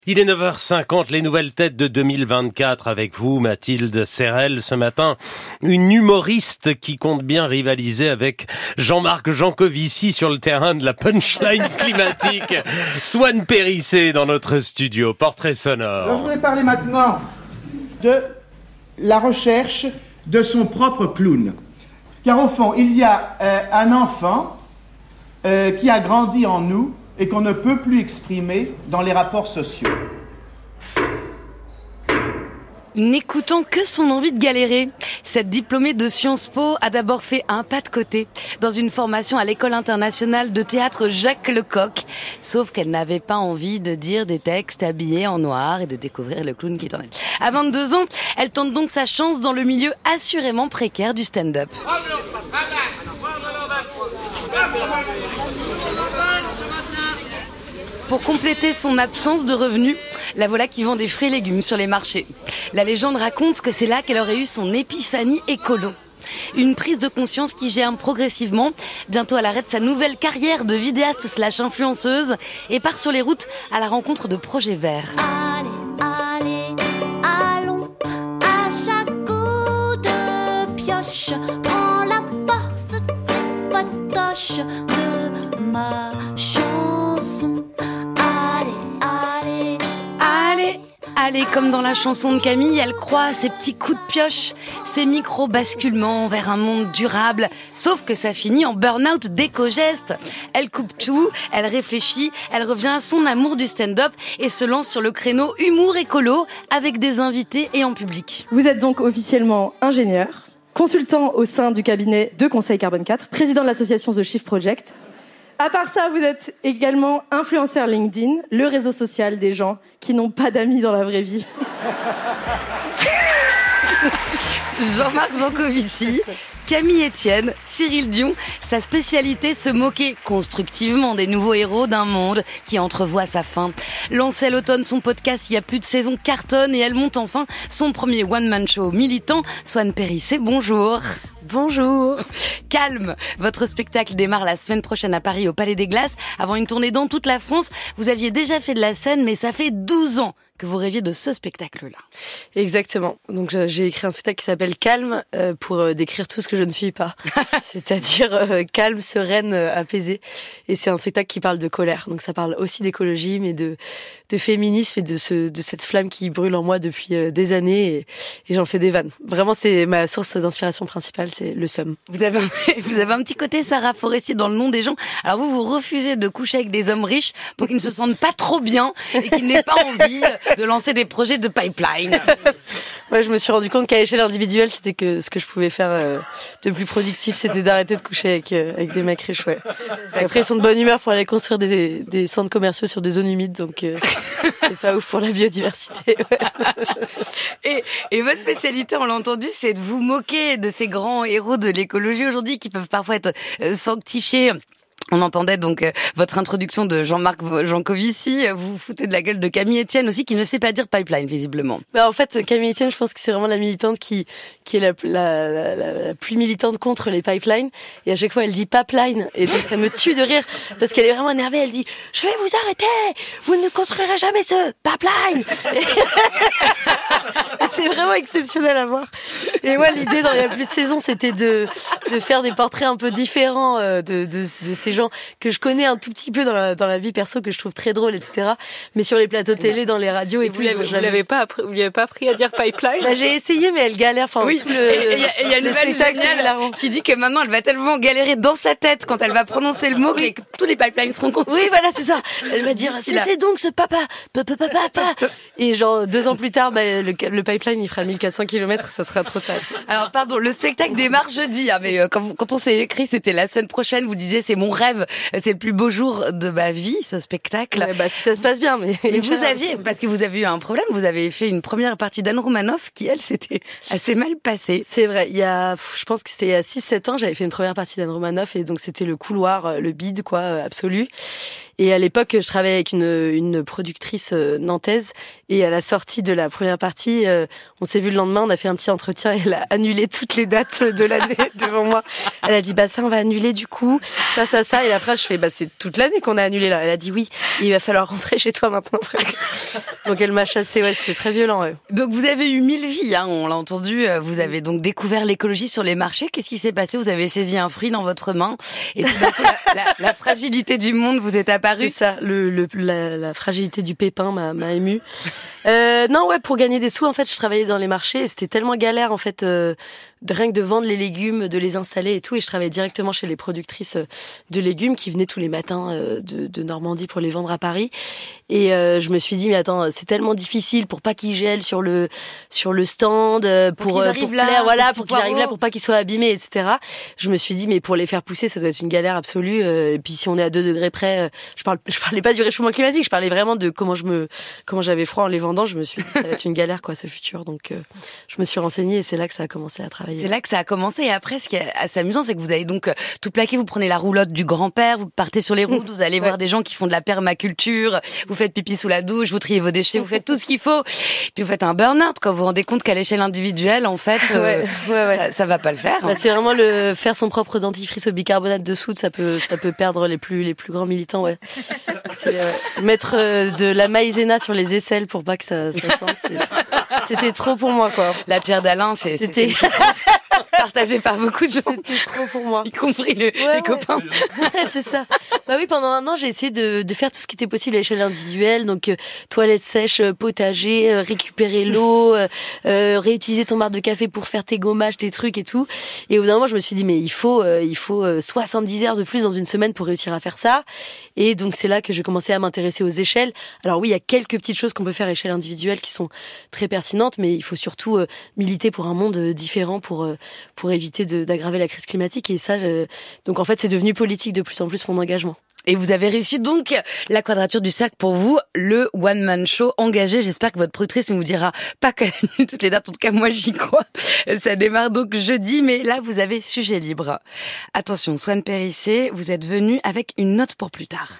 Il est 9h50, les nouvelles têtes de 2024 avec vous, Mathilde Serrel. Ce matin, une humoriste qui compte bien rivaliser avec Jean-Marc Jancovici sur le terrain de la punchline climatique. Swan Périssé dans notre studio, portrait sonore. Alors, je voudrais parler maintenant de la recherche de son propre clown. Car au fond, il y a un enfant qui a grandi en nous et qu'on ne peut plus exprimer dans les rapports sociaux. N'écoutant que son envie de galérer, cette diplômée de Sciences Po a d'abord fait un pas de côté dans une formation à l'école internationale de théâtre Jacques Lecoq. Sauf qu'elle n'avait pas envie de dire des textes habillés en noir et de découvrir le clown qui est en elle. À 22 ans, elle tente donc sa chance dans le milieu assurément précaire du stand-up. Pour compléter son absence de revenus, la voilà qui vend des fruits et légumes sur les marchés. La légende raconte que c'est là qu'elle aurait eu son épiphanie écolo. Une prise de conscience qui germe progressivement. Bientôt, elle arrête sa nouvelle carrière de vidéaste / influenceuse et part sur les routes à la rencontre de projets verts. Allez, allons, à chaque coup de pioche, prends la force, c'est fastoche de ma chanson. Allez, comme dans la chanson de Camille, elle croit à ses petits coups de pioche, ses micro-basculements vers un monde durable. Sauf que ça finit en burn-out d'éco-gestes. Elle coupe tout, elle réfléchit, elle revient à son amour du stand-up et se lance sur le créneau humour écolo avec des invités et en public. Vous êtes donc officiellement ingénieur, consultant au sein du cabinet de conseil Carbone 4, président de l'association The Shift Project. À part ça, vous êtes également influenceur LinkedIn, le réseau social des gens qui n'ont pas d'amis dans la vraie vie. Jean-Marc Jancovici, Camille Etienne, Cyril Dion, sa spécialité, se moquer constructivement des nouveaux héros d'un monde qui entrevoit sa fin. Lancé à l'automne son podcast il y a plus de saison cartonne et elle monte enfin son premier one-man show militant. Swan Périssé, bonjour. Bonjour. Calme, votre spectacle démarre la semaine prochaine à Paris au Palais des Glaces. Avant une tournée dans toute la France, vous aviez déjà fait de la scène, mais ça fait 12 ans que vous rêviez de ce spectacle-là. Exactement. Donc j'ai écrit un spectacle qui s'appelle Calme pour décrire tout ce que je ne suis pas. C'est-à-dire calme, sereine, apaisée. Et c'est un spectacle qui parle de colère. Donc ça parle aussi d'écologie, mais de féminisme et de cette flamme qui brûle en moi depuis des années. Et j'en fais des vannes. Vraiment, c'est ma source d'inspiration principale, c'est le seum. Vous avez un petit côté Sarah Forestier dans le nom des gens. Alors vous refusez de coucher avec des hommes riches pour qu'ils ne se sentent pas trop bien et qu'ils n'aient pas envie de lancer des projets de pipeline. Ouais, je me suis rendu compte qu'à l'échelle individuelle, c'était que ce que je pouvais faire de plus productif, c'était d'arrêter de coucher avec des mecs riches. Ouais. Après, ils sont de bonne humeur pour aller construire des centres commerciaux sur des zones humides, donc c'est pas ouf pour la biodiversité. Ouais. Et votre spécialité, on l'a entendu, c'est de vous moquer de ces grands héros de l'écologie aujourd'hui qui peuvent parfois être sanctifiés. On entendait donc votre introduction de Jean-Marc Jancovici. Vous vous foutez de la gueule de Camille Etienne aussi, qui ne sait pas dire pipeline, visiblement. Bah en fait, Camille Etienne, je pense que c'est vraiment la militante qui est la plus militante contre les pipelines. Et à chaque fois, elle dit pipeline. Et donc, ça me tue de rire. Parce qu'elle est vraiment énervée. Elle dit, je vais vous arrêter. Vous ne construirez jamais ce pipeline. Et c'est vraiment exceptionnel à voir. Et moi, l'idée dans Il y a plus de saison, c'était de faire des portraits un peu différents de ces gens que je connais un tout petit peu dans la vie perso, que je trouve très drôle, etc. Mais sur les plateaux télé, dans les radios et tout. Vous lui avez pas appris à dire pipeline? Bah, j'ai essayé, mais elle galère. Enfin, oui. Il y a une nouvelle géniale qui dit que maintenant elle va tellement galérer dans sa tête quand elle va prononcer le mot que tous les pipelines seront construits. Oui, voilà, c'est ça. Elle va dire, c'est donc ce papa. Et genre, 2 ans plus tard, bah, le pipeline, il fera 1400 km, ça sera trop tard. Alors, pardon, le spectacle démarre jeudi, mais quand on s'est écrit, c'était la semaine prochaine. Vous disiez, c'est mon rêve, c'est le plus beau jour de ma vie, ce spectacle. Ouais, bah, si ça se passe bien, mais. Et vous aviez, parce que vous avez eu un problème, vous avez fait une première partie d'Anne Romanoff qui, elle, s'était assez mal passée. C'est vrai. Je pense que c'était il y a 6-7 ans, j'avais fait une première partie d'Anne Romanoff et donc c'était le couloir, le bide, quoi, absolu. Et à l'époque, je travaillais avec une productrice nantaise. Et à la sortie de la première partie, on s'est vu le lendemain, on a fait un petit entretien et elle a annulé toutes les dates de l'année devant moi. Elle a dit, ça, on va annuler du coup, ça. Et après, je fais, c'est toute l'année qu'on a annulé là. Elle a dit oui, il va falloir rentrer chez toi maintenant, frère. Donc elle m'a chassée, c'était très violent. Ouais. Donc vous avez eu 1000 vies, on l'a entendu. Vous avez donc découvert l'écologie sur les marchés. Qu'est-ce qui s'est passé ? Vous avez saisi un fruit dans votre main et tout d'un coup, la fragilité du monde vous est apparue. C'est ça, la fragilité du pépin m'a émue. Pour gagner des sous, en fait, je travaillais dans les marchés et c'était tellement galère, en fait, rien que de vendre les légumes, de les installer et tout. Et je travaillais directement chez les productrices de légumes qui venaient tous les matins de Normandie pour les vendre à Paris. Et je me suis dit, mais attends, c'est tellement difficile pour pas qu'ils gèlent sur le stand, pour qu'ils arrivent là, pour pas qu'ils soient abîmés, etc. Je me suis dit, mais pour les faire pousser, ça doit être une galère absolue. Et puis si on est à 2 degrés près, je parlais pas du réchauffement climatique, je parlais vraiment de comment j'avais froid en les vendant. Je me suis dit, ça va être une galère, ce futur. Donc, je me suis renseignée et c'est là que ça a commencé à travailler. C'est là que ça a commencé. Et après, ce qui est assez amusant, c'est que vous avez donc tout plaqué. Vous prenez la roulotte du grand-père, vous partez sur les routes, vous allez voir des gens qui font de la permaculture, vous faites pipi sous la douche, vous triez vos déchets, vous faites tout ce qu'il faut. Puis vous faites un burn-out quand vous vous rendez compte qu'à l'échelle individuelle, en fait, ça va pas le faire. C'est vraiment faire son propre dentifrice au bicarbonate de soude, ça peut perdre les plus grands militants, ouais. C'est mettre de la maïzena sur les aisselles pour pas que ça sente. C'était trop pour moi, quoi. La pierre d'Alain, c'était partagé par beaucoup de gens. C'était trop pour moi. Y compris les copains. C'est ça. Oui, pendant 1 an, j'ai essayé de faire tout ce qui était possible à l'échelle individuelle. Donc, toilettes sèches, potager, récupérer l'eau, réutiliser ton marc de café pour faire tes gommages, tes trucs et tout. Et au bout d'un moment, je me suis dit, mais il faut 70 heures de plus dans une semaine pour réussir à faire ça. Et donc, c'est là que j'ai commencé à m'intéresser aux échelles. Alors oui, il y a quelques petites choses qu'on peut faire à échelle individuelle qui sont très pertinentes, mais il faut surtout militer pour un monde différent pour éviter d'aggraver la crise climatique. Et ça, donc en fait, c'est devenu politique de plus en plus mon engagement. Et vous avez réussi donc la quadrature du cercle pour vous, le one-man show engagé. J'espère que votre productrice ne vous dira pas qu'elle annule toutes les dates. En tout cas, moi, j'y crois. Ça démarre donc jeudi, mais là, vous avez sujet libre. Attention, Swan Périssé, vous êtes venu avec une note pour plus tard.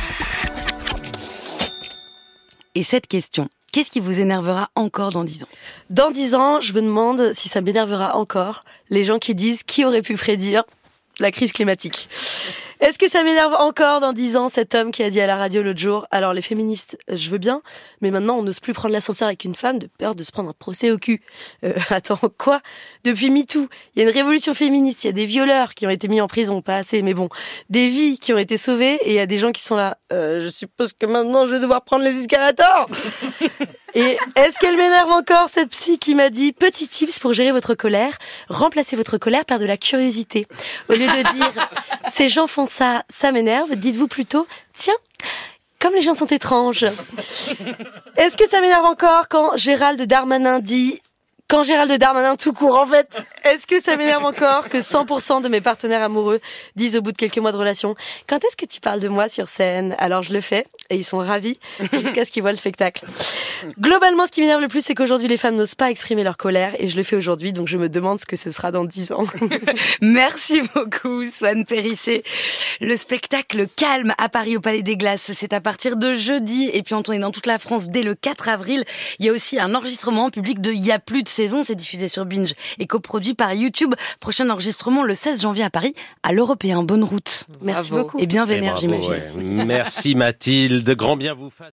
Et cette question, qu'est-ce qui vous énervera encore dans 10 ans ? Dans 10 ans, je me demande si ça m'énervera encore les gens qui disent qui aurait pu prédire la crise climatique. Est-ce que ça m'énerve encore dans 10 ans, cet homme qui a dit à la radio l'autre jour, alors les féministes, je veux bien, mais maintenant on n'ose plus prendre l'ascenseur avec une femme de peur de se prendre un procès au cul. Attends, quoi ? Depuis MeToo, il y a une révolution féministe, il y a des violeurs qui ont été mis en prison, pas assez, mais bon, des vies qui ont été sauvées, et il y a des gens qui sont là, je suppose que maintenant je vais devoir prendre les escalators. Et est-ce qu'elle m'énerve encore, cette psy qui m'a dit, petit tips pour gérer votre colère, remplacez votre colère par de la curiosité. Au lieu de dire, ces gens font ça m'énerve, dites-vous plutôt, tiens, comme les gens sont étranges. Est-ce que ça m'énerve encore quand Gérald Darmanin tout court, en fait, est-ce que ça m'énerve encore que 100% de mes partenaires amoureux disent au bout de quelques mois de relation, quand est-ce que tu parles de moi sur scène ? Alors je le fais, et ils sont ravis, jusqu'à ce qu'ils voient le spectacle. Globalement, ce qui m'énerve le plus, c'est qu'aujourd'hui, les femmes n'osent pas exprimer leur colère, et je le fais aujourd'hui, donc je me demande ce que ce sera dans 10 ans. Merci beaucoup, Swan Périssé. Le spectacle Calme à Paris au Palais des Glaces, c'est à partir de jeudi, et puis on tourne dans toute la France dès le 4 avril. Il y a aussi un enregistrement en public de Y a plus de saison, c'est diffusé sur Binge et coproduit par YouTube. Prochain enregistrement le 16 janvier à Paris, à l'Européen. Bonne route. Merci beaucoup. Et bien vénère, j'imagine. Ouais. Merci Mathilde, grand bien vous fasse.